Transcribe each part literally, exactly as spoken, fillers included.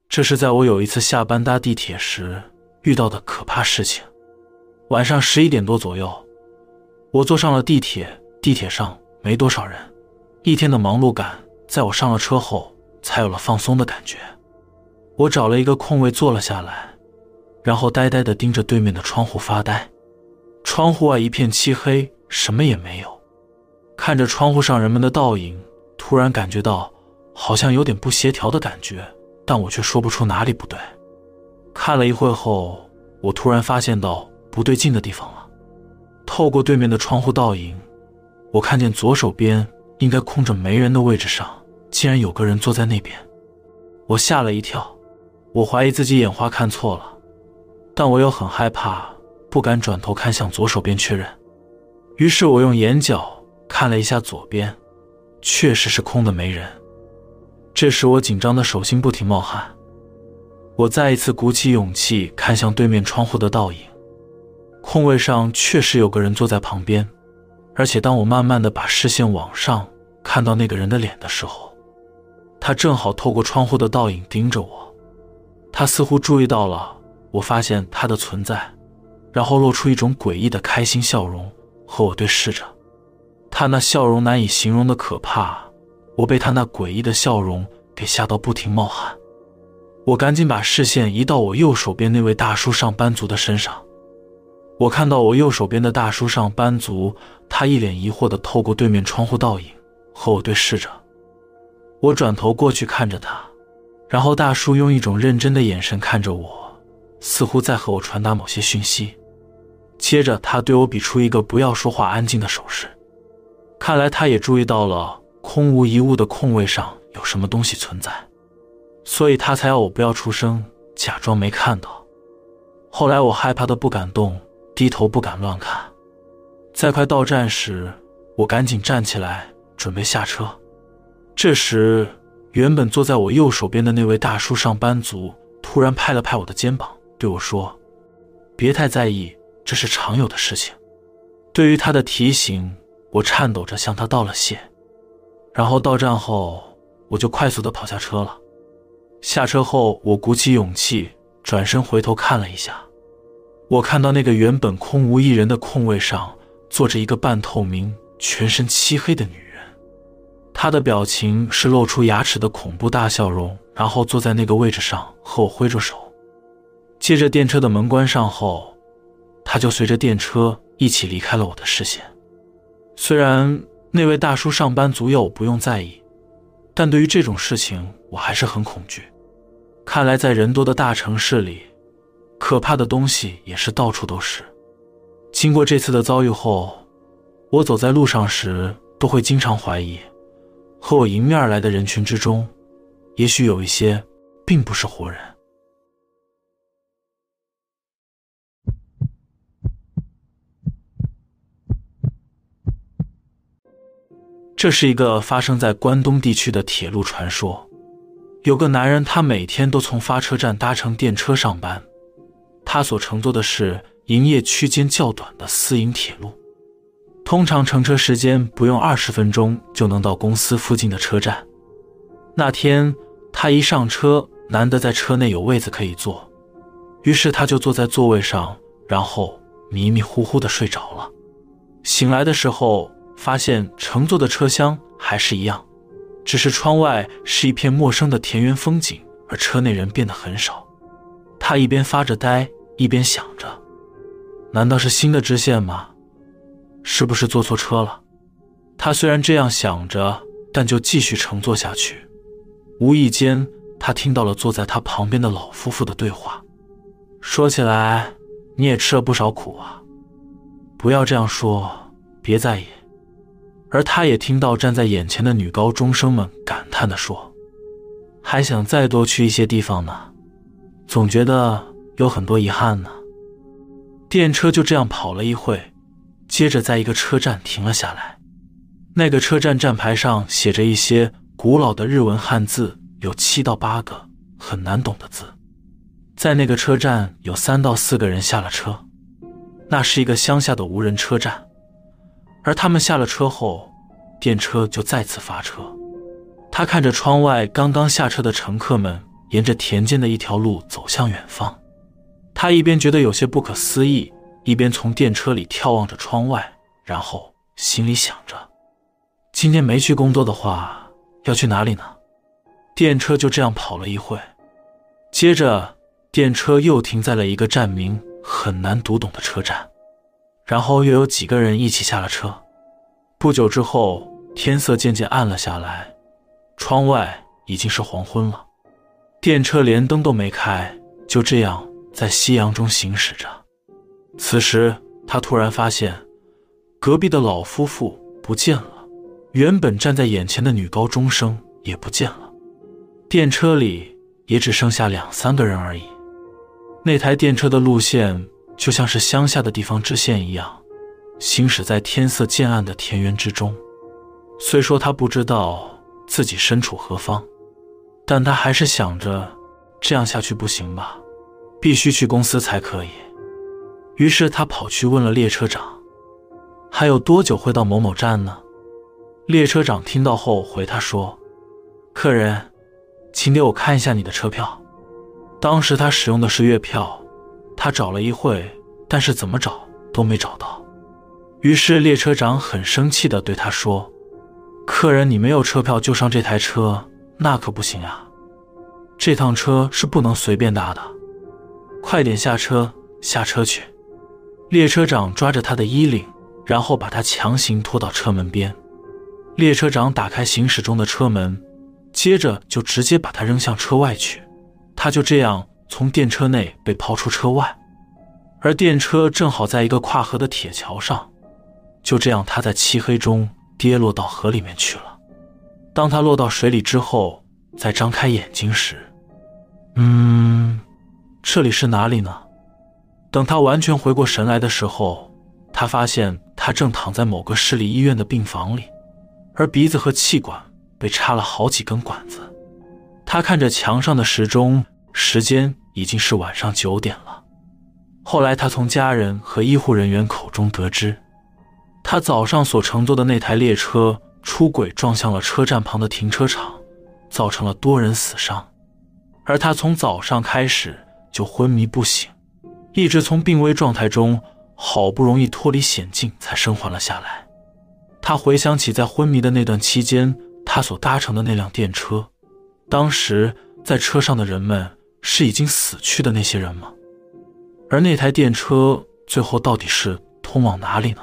这是在我有一次下班搭地铁时遇到的可怕事情。晚上十一点多左右，我坐上了地铁，地铁上没多少人，一天的忙碌感在我上了车后才有了放松的感觉。我找了一个空位坐了下来，然后呆呆地盯着对面的窗户发呆。窗户外一片漆黑，什么也没有。看着窗户上人们的倒影，突然感觉到好像有点不协调的感觉，但我却说不出哪里不对。看了一会后，我突然发现到不对劲的地方了。透过对面的窗户倒影，我看见左手边应该空着没人的位置上，竟然有个人坐在那边。我吓了一跳，我怀疑自己眼花看错了，但我又很害怕，不敢转头看向左手边确认。于是我用眼角看了一下左边，确实是空的没人。这时我紧张的手心不停冒汗。我再一次鼓起勇气看向对面窗户的倒影，空位上确实有个人坐在旁边，而且当我慢慢的把视线往上看到那个人的脸的时候，他正好透过窗户的倒影盯着我。他似乎注意到了我发现他的存在，然后露出一种诡异的开心笑容和我对视着。他那笑容难以形容的可怕，我被他那诡异的笑容给吓到不停冒汗。我赶紧把视线移到我右手边那位大叔上班族的身上。我看到我右手边的大叔上班族，他一脸疑惑地透过对面窗户倒影和我对视着。我转头过去看着他，然后大叔用一种认真的眼神看着我，似乎在和我传达某些讯息。接着他对我比出一个不要说话安静的手势。看来他也注意到了空无一物的空位上有什么东西存在，所以他才要我不要出声，假装没看到。后来我害怕的不敢动，低头不敢乱看。在快到站时，我赶紧站起来准备下车。这时原本坐在我右手边的那位大叔上班族突然拍了拍我的肩膀，对我说：别太在意，这是常有的事情。对于他的提醒，我颤抖着向他道了谢。然后到站后，我就快速地跑下车了。下车后，我鼓起勇气转身回头看了一下，我看到那个原本空无一人的空位上坐着一个半透明、全身漆黑的女人。她的表情是露出牙齿的恐怖大笑容，然后坐在那个位置上和我挥着手。接着电车的门关上后，她就随着电车一起离开了我的视线。虽然那位大叔上班族要我不用在意，但对于这种事情我还是很恐惧。看来在人多的大城市里，可怕的东西也是到处都是。经过这次的遭遇后，我走在路上时都会经常怀疑，和我迎面而来的人群之中，也许有一些并不是活人。这是一个发生在关东地区的铁路传说。有个男人，他每天都从发车站搭乘电车上班，他所乘坐的是营业区间较短的私营铁路，通常乘车时间不用二十分钟就能到公司附近的车站。那天他一上车，难得在车内有位子可以坐，于是他就坐在座位上，然后迷迷糊糊地睡着了。醒来的时候发现乘坐的车厢还是一样，只是窗外是一片陌生的田园风景，而车内人变得很少。他一边发着呆，一边想着，难道是新的支线吗？是不是坐错车了？他虽然这样想着，但就继续乘坐下去。无意间他听到了坐在他旁边的老夫妇的对话。说起来，你也吃了不少苦啊。不要这样说，别在意。而他也听到站在眼前的女高中生们感叹地说，还想再多去一些地方呢，总觉得有很多遗憾呢。电车就这样跑了一会，接着在一个车站停了下来。那个车站站牌上写着一些古老的日文汉字，有七到八个很难懂的字。在那个车站有三到四个人下了车，那是一个乡下的无人车站。而他们下了车后，电车就再次发车。他看着窗外刚刚下车的乘客们， 沿着田间的一条路走向远方。他一边觉得有些不可思议，一边从电车里眺望着窗外，然后心里想着，今天没去工作的话，要去哪里呢？电车就这样跑了一会，接着电车又停在了一个站名很难读懂的车站，然后又有几个人一起下了车。不久之后，天色渐渐暗了下来，窗外已经是黄昏了。电车连灯都没开，就这样在夕阳中行驶着。此时他突然发现隔壁的老夫妇不见了，原本站在眼前的女高中生也不见了，电车里也只剩下两三个人而已。那台电车的路线就像是乡下的地方支线一样，行驶在天色渐暗的田园之中。虽说他不知道自己身处何方，但他还是想着这样下去不行吧，必须去公司才可以。于是他跑去问了列车长，还有多久会到某某站呢？列车长听到后回他说，客人，请给我看一下你的车票。当时他使用的是月票，他找了一会，但是怎么找都没找到。于是列车长很生气地对他说，客人，你没有车票就上这台车，那可不行啊，这趟车是不能随便搭的，快点下车，下车去。列车长抓着他的衣领，然后把他强行拖到车门边。列车长打开行驶中的车门，接着就直接把他扔向车外去。他就这样从电车内被抛出车外，而电车正好在一个跨河的铁桥上，就这样他在漆黑中跌落到河里面去了。当他落到水里之后，再张开眼睛时，嗯，这里是哪里呢？等他完全回过神来的时候，他发现他正躺在某个市立医院的病房里，而鼻子和气管被插了好几根管子。他看着墙上的时钟，时间已经是晚上九点了。后来他从家人和医护人员口中得知，他早上所乘坐的那台列车出轨撞向了车站旁的停车场，造成了多人死伤。而他从早上开始就昏迷不醒，一直从病危状态中好不容易脱离险境才生还了下来。他回想起在昏迷的那段期间，他所搭乘的那辆电车，当时在车上的人们是已经死去的那些人吗？而那台电车最后到底是通往哪里呢？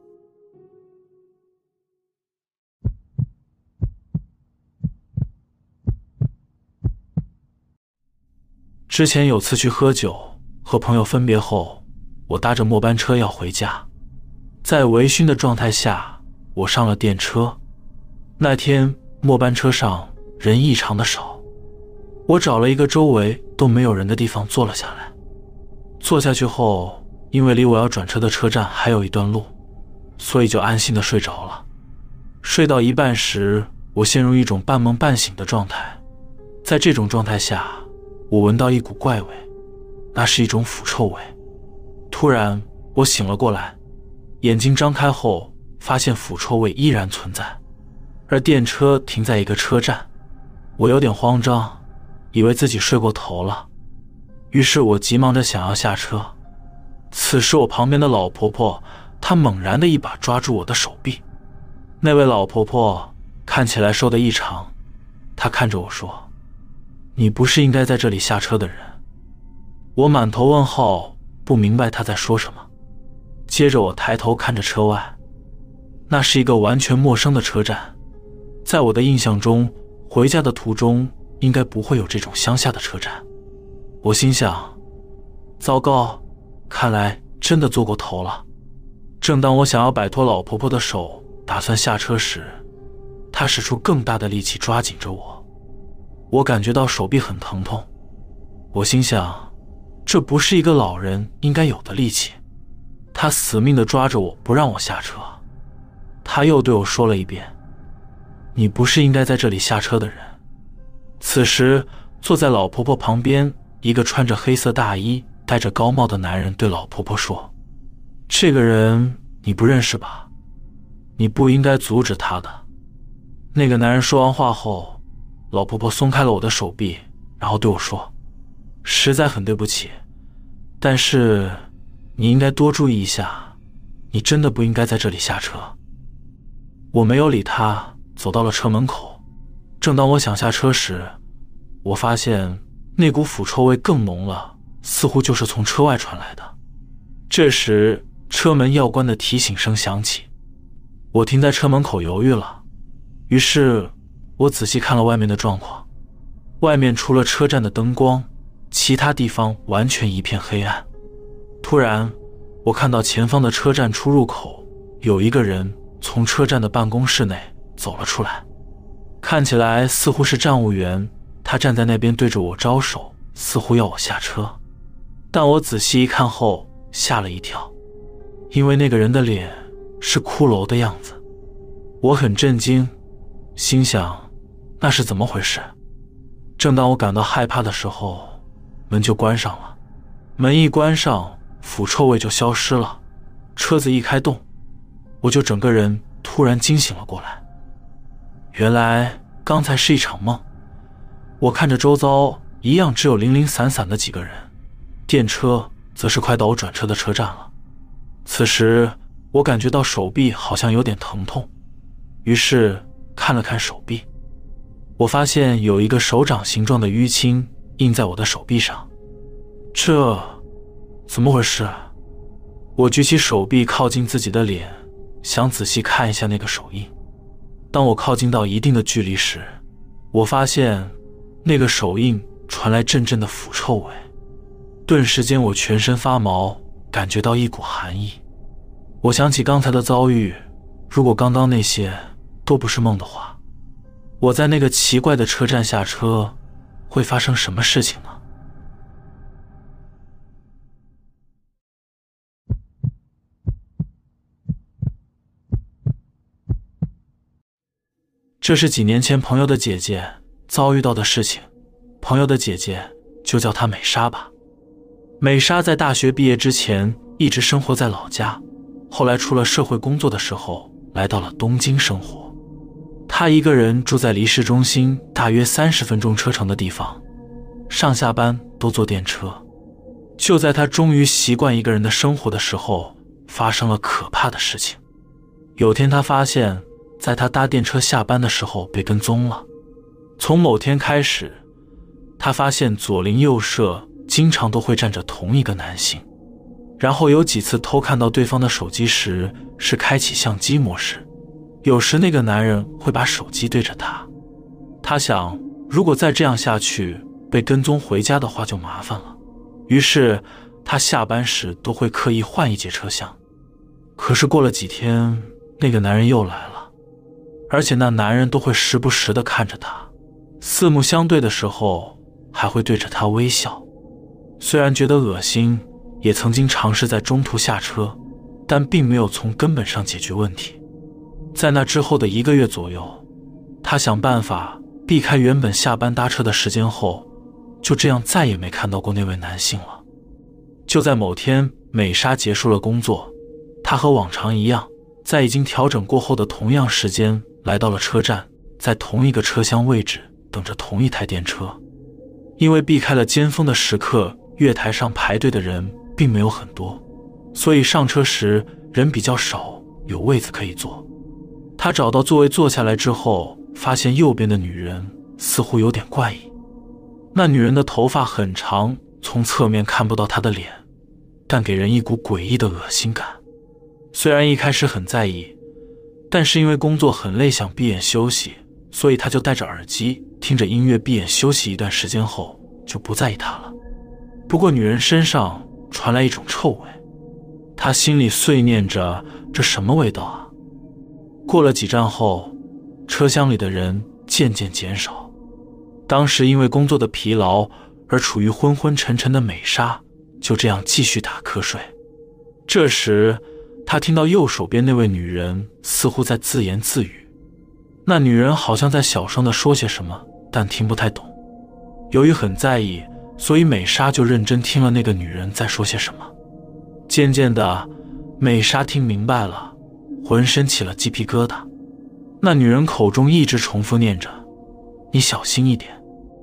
之前有次去喝酒，和朋友分别后，我搭着末班车要回家。在微醺的状态下，我上了电车。那天末班车上人异常的少，我找了一个周围都没有人的地方坐了下来。坐下去后，因为离我要转车的车站还有一段路，所以就安心的睡着了。睡到一半时，我陷入一种半梦半醒的状态。在这种状态下，我闻到一股怪味，那是一种腐臭味。突然我醒了过来，眼睛张开后发现腐臭味依然存在，而电车停在一个车站。我有点慌张，以为自己睡过头了，于是我急忙着想要下车。此时我旁边的老婆婆，她猛然的一把抓住我的手臂。那位老婆婆看起来瘦得异常，她看着我说，你不是应该在这里下车的人。我满头问号，不明白她在说什么。接着我抬头看着车外，那是一个完全陌生的车站。在我的印象中，回家的途中应该不会有这种乡下的车站。我心想，糟糕，看来真的坐过头了。正当我想要摆脱老婆婆的手，打算下车时，她使出更大的力气抓紧着我。我感觉到手臂很疼痛，我心想，这不是一个老人应该有的力气。她死命地抓着我，不让我下车。她又对我说了一遍，你不是应该在这里下车的人。此时坐在老婆婆旁边，一个穿着黑色大衣戴着高帽的男人对老婆婆说，这个人你不认识吧？你不应该阻止他的。那个男人说完话后，老婆婆松开了我的手臂， 然后对我说：“实在很对不起，但是你应该多注意一下，你真的不应该在这里下车。”我没有理他，走到了车门口。正当我想下车时，我发现那股腐臭味更浓了，似乎就是从车外传来的。这时车门要关的提醒声响起，我停在车门口犹豫了。于是我仔细看了外面的状况，外面除了车站的灯光，其他地方完全一片黑暗。突然我看到前方的车站出入口有一个人从车站的办公室内走了出来，看起来似乎是站务员，他站在那边对着我招手，似乎要我下车。但我仔细一看后吓了一跳，因为那个人的脸是骷髅的样子。我很震惊，心想那是怎么回事？正当我感到害怕的时候，门就关上了。门一关上，腐臭味就消失了。车子一开动，我就整个人突然惊醒了过来。原来刚才是一场梦。我看着周遭一样只有零零散散的几个人，电车则是快到我转车的车站了。此时我感觉到手臂好像有点疼痛，于是看了看手臂，我发现有一个手掌形状的淤青印在我的手臂上。这怎么回事？我举起手臂靠近自己的脸，想仔细看一下那个手印。当我靠近到一定的距离时，我发现那个手印传来阵阵的腐臭味，顿时间我全身发毛，感觉到一股寒意。我想起刚才的遭遇，如果刚刚那些都不是梦的话，我在那个奇怪的车站下车，会发生什么事情呢？这是几年前朋友的姐姐遭遇到的事情，朋友的姐姐就叫她美莎吧。美莎在大学毕业之前一直生活在老家，后来出了社会工作的时候来到了东京生活。她一个人住在离市中心大约三十分钟车程的地方，上下班都坐电车。就在她终于习惯一个人的生活的时候，发生了可怕的事情。有天她发现在她搭电车下班的时候被跟踪了。从某天开始，她发现左邻右舍经常都会站着同一个男性，然后有几次偷看到对方的手机时是开启相机模式，有时那个男人会把手机对着她。她想，如果再这样下去，被跟踪回家的话就麻烦了。于是她下班时都会刻意换一节车厢。可是过了几天，那个男人又来了，而且那男人都会时不时地看着她，四目相对的时候还会对着她微笑。虽然觉得恶心，也曾经尝试在中途下车，但并没有从根本上解决问题。在那之后的一个月左右，她想办法避开原本下班搭车的时间后，就这样再也没看到过那位男性了。就在某天，美莎结束了工作，她和往常一样，在已经调整过后的同样时间来到了车站，在同一个车厢位置等着同一台电车。因为避开了尖峰的时刻，月台上排队的人并没有很多，所以上车时人比较少，有位子可以坐。他找到座位坐下来之后，发现右边的女人似乎有点怪异。那女人的头发很长，从侧面看不到她的脸，但给人一股诡异的恶心感。虽然一开始很在意，但是因为工作很累，想闭眼休息，所以他就戴着耳机听着音乐闭眼休息一段时间后就不在意她了。不过女人身上传来一种臭味，他心里碎念着，这什么味道啊？过了几站后，车厢里的人渐渐减少。当时因为工作的疲劳而处于昏昏沉沉的美莎就这样继续打瞌睡。这时他听到右手边那位女人似乎在自言自语，那女人好像在小声地说些什么，但听不太懂。由于很在意，所以美莎就认真听了那个女人在说些什么。渐渐的，美莎听明白了，浑身起了鸡皮疙瘩。那女人口中一直重复念着，你小心一点。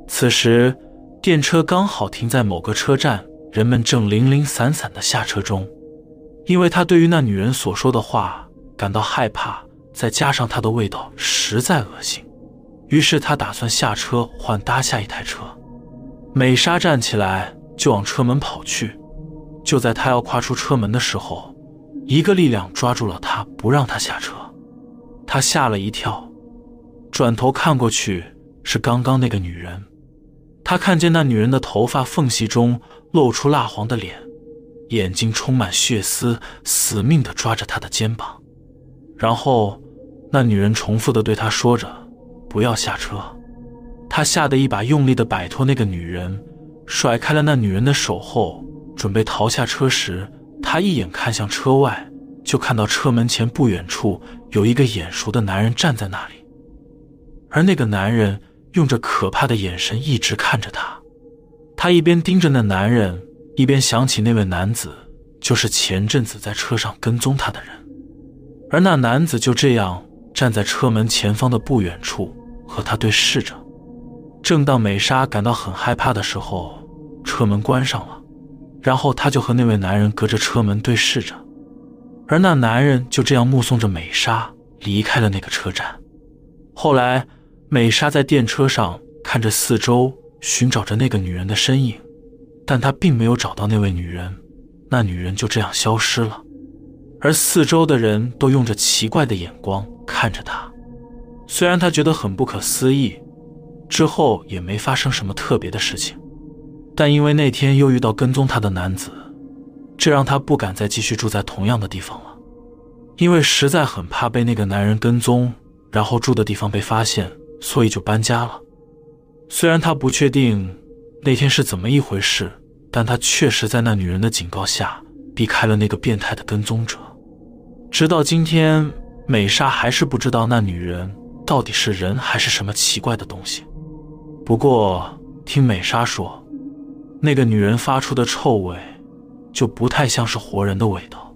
此时电车刚好停在某个车站，人们正零零散散地下车中。因为他对于那女人所说的话感到害怕，再加上她的味道实在恶心，于是他打算下车换搭下一台车。美莎站起来就往车门跑去，就在他要跨出车门的时候，一个力量抓住了他，不让他下车。他吓了一跳，转头看过去，是刚刚那个女人。他看见那女人的头发缝隙中露出蜡黄的脸，眼睛充满血丝，死命地抓着他的肩膀。然后那女人重复地对他说着不要下车。他吓得一把用力地摆脱那个女人，甩开了那女人的手后，准备逃下车时，他一眼看向车外，就看到车门前不远处有一个眼熟的男人站在那里，而那个男人用着可怕的眼神一直看着他。他一边盯着那男人，一边想起那位男子就是前阵子在车上跟踪他的人，而那男子就这样站在车门前方的不远处和他对视着。正当美莎感到很害怕的时候，车门关上了，然后他就和那位男人隔着车门对视着，而那男人就这样目送着美莎离开了那个车站。后来美莎在电车上看着四周，寻找着那个女人的身影，但她并没有找到那位女人，那女人就这样消失了。而四周的人都用着奇怪的眼光看着她，虽然她觉得很不可思议，之后也没发生什么特别的事情，但因为那天又遇到跟踪她的男子，这让她不敢再继续住在同样的地方了，因为实在很怕被那个男人跟踪，然后住的地方被发现，所以就搬家了。虽然她不确定那天是怎么一回事，但她确实在那女人的警告下避开了那个变态的跟踪者。直到今天，美莎还是不知道那女人到底是人还是什么奇怪的东西。不过听美莎说，那个女人发出的臭味就不太像是活人的味道。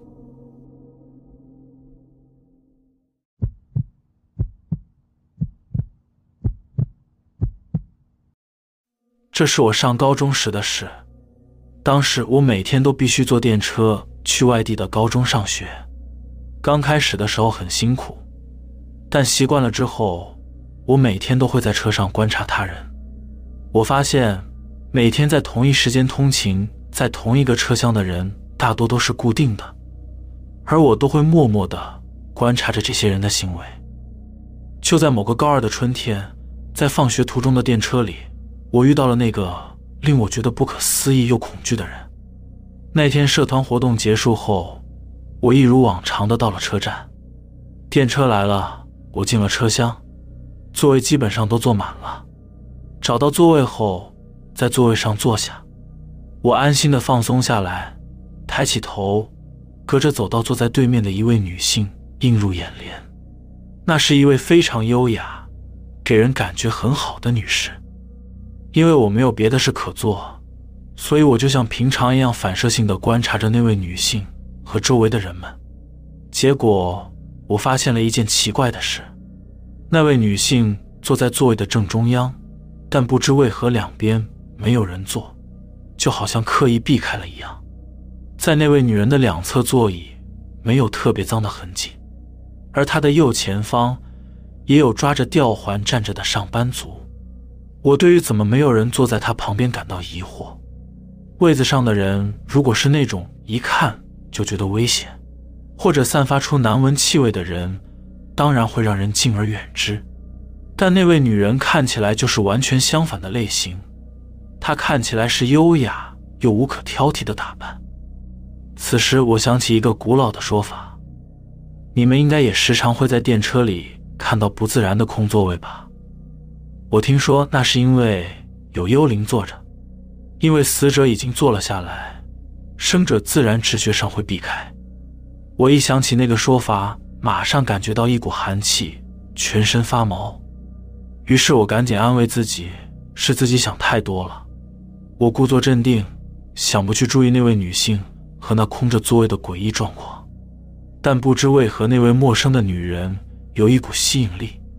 这是我上高中时的事，当时我每天都必须坐电车去外地的高中上学。刚开始的时候很辛苦，但习惯了之后，我每天都会在车上观察他人。我发现每天在同一时间通勤，在同一个车厢的人大多都是固定的，而我都会默默地观察着这些人的行为。就在某个高二的春天，在放学途中的电车里，我遇到了那个令我觉得不可思议又恐惧的人。那天社团活动结束后，我一如往常地到了车站，电车来了，我进了车厢，座位基本上都坐满了。找到座位后，在座位上坐下，我安心地放松下来，抬起头，隔着走道坐在对面的一位女性映入眼帘。那是一位非常优雅，给人感觉很好的女士。因为我没有别的事可做，所以我就像平常一样反射性地观察着那位女性和周围的人们。结果我发现了一件奇怪的事，那位女性坐在座位的正中央，但不知为何两边没有人坐，就好像刻意避开了一样。在那位女人的两侧座椅没有特别脏的痕迹，而她的右前方也有抓着吊环站着的上班族。我对于怎么没有人坐在她旁边感到疑惑。位子上的人如果是那种一看就觉得危险，或者散发出难闻气味的人，当然会让人敬而远之。但那位女人看起来就是完全相反的类型，她看起来是优雅又无可挑剔的打扮。此时我想起一个古老的说法，你们应该也时常会在电车里看到不自然的空座位吧？我听说那是因为有幽灵坐着，因为死者已经坐了下来，生者自然直觉上会避开。我一想起那个说法，马上感觉到一股寒气，全身发毛。于是我赶紧安慰自己，是自己想太多了。我故作镇定，想不去注意那位女性和那空着座位的诡异状况。但不知为何，那位陌生的女人有一股吸引力，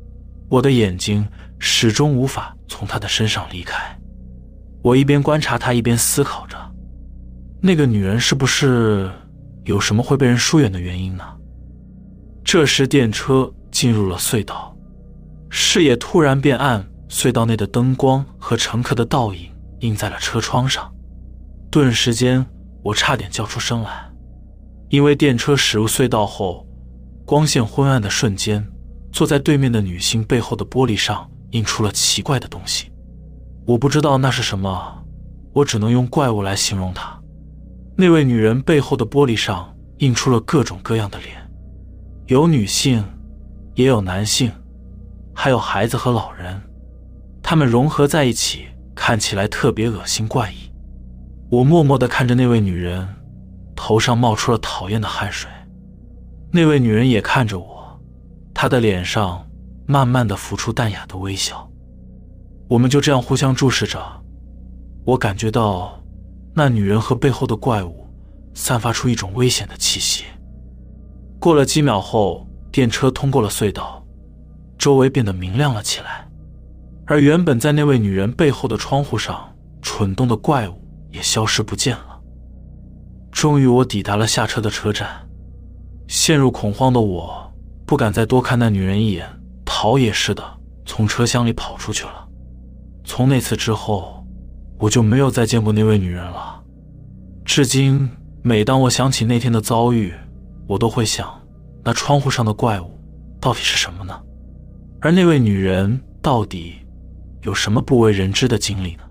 我的眼睛始终无法从她的身上离开。我一边观察她，一边思考着，那个女人是不是有什么会被人疏远的原因呢？这时电车进入了隧道，视野突然变暗，隧道内的灯光和乘客的倒影映在了车窗上，顿时间我差点叫出声来。因为电车驶入隧道后，光线昏暗的瞬间，坐在对面的女性背后的玻璃上映出了奇怪的东西。我不知道那是什么，我只能用怪物来形容它。那位女人背后的玻璃上映出了各种各样的脸，有女性，也有男性，还有孩子和老人，他们融合在一起，看起来特别恶心怪异。我默默地看着那位女人，头上冒出了讨厌的汗水。那位女人也看着我，她的脸上慢慢地浮出淡雅的微笑。我们就这样互相注视着，我感觉到那女人和背后的怪物散发出一种危险的气息。过了几秒后，电车通过了隧道，周围变得明亮了起来，而原本在那位女人背后的窗户上蠢动的怪物也消失不见了。终于我抵达了下车的车站，陷入恐慌的我不敢再多看那女人一眼，逃也似的从车厢里跑出去了。从那次之后，我就没有再见过那位女人了。至今每当我想起那天的遭遇，我都会想，那窗户上的怪物到底是什么呢？而那位女人到底有什么不为人知的经历呢？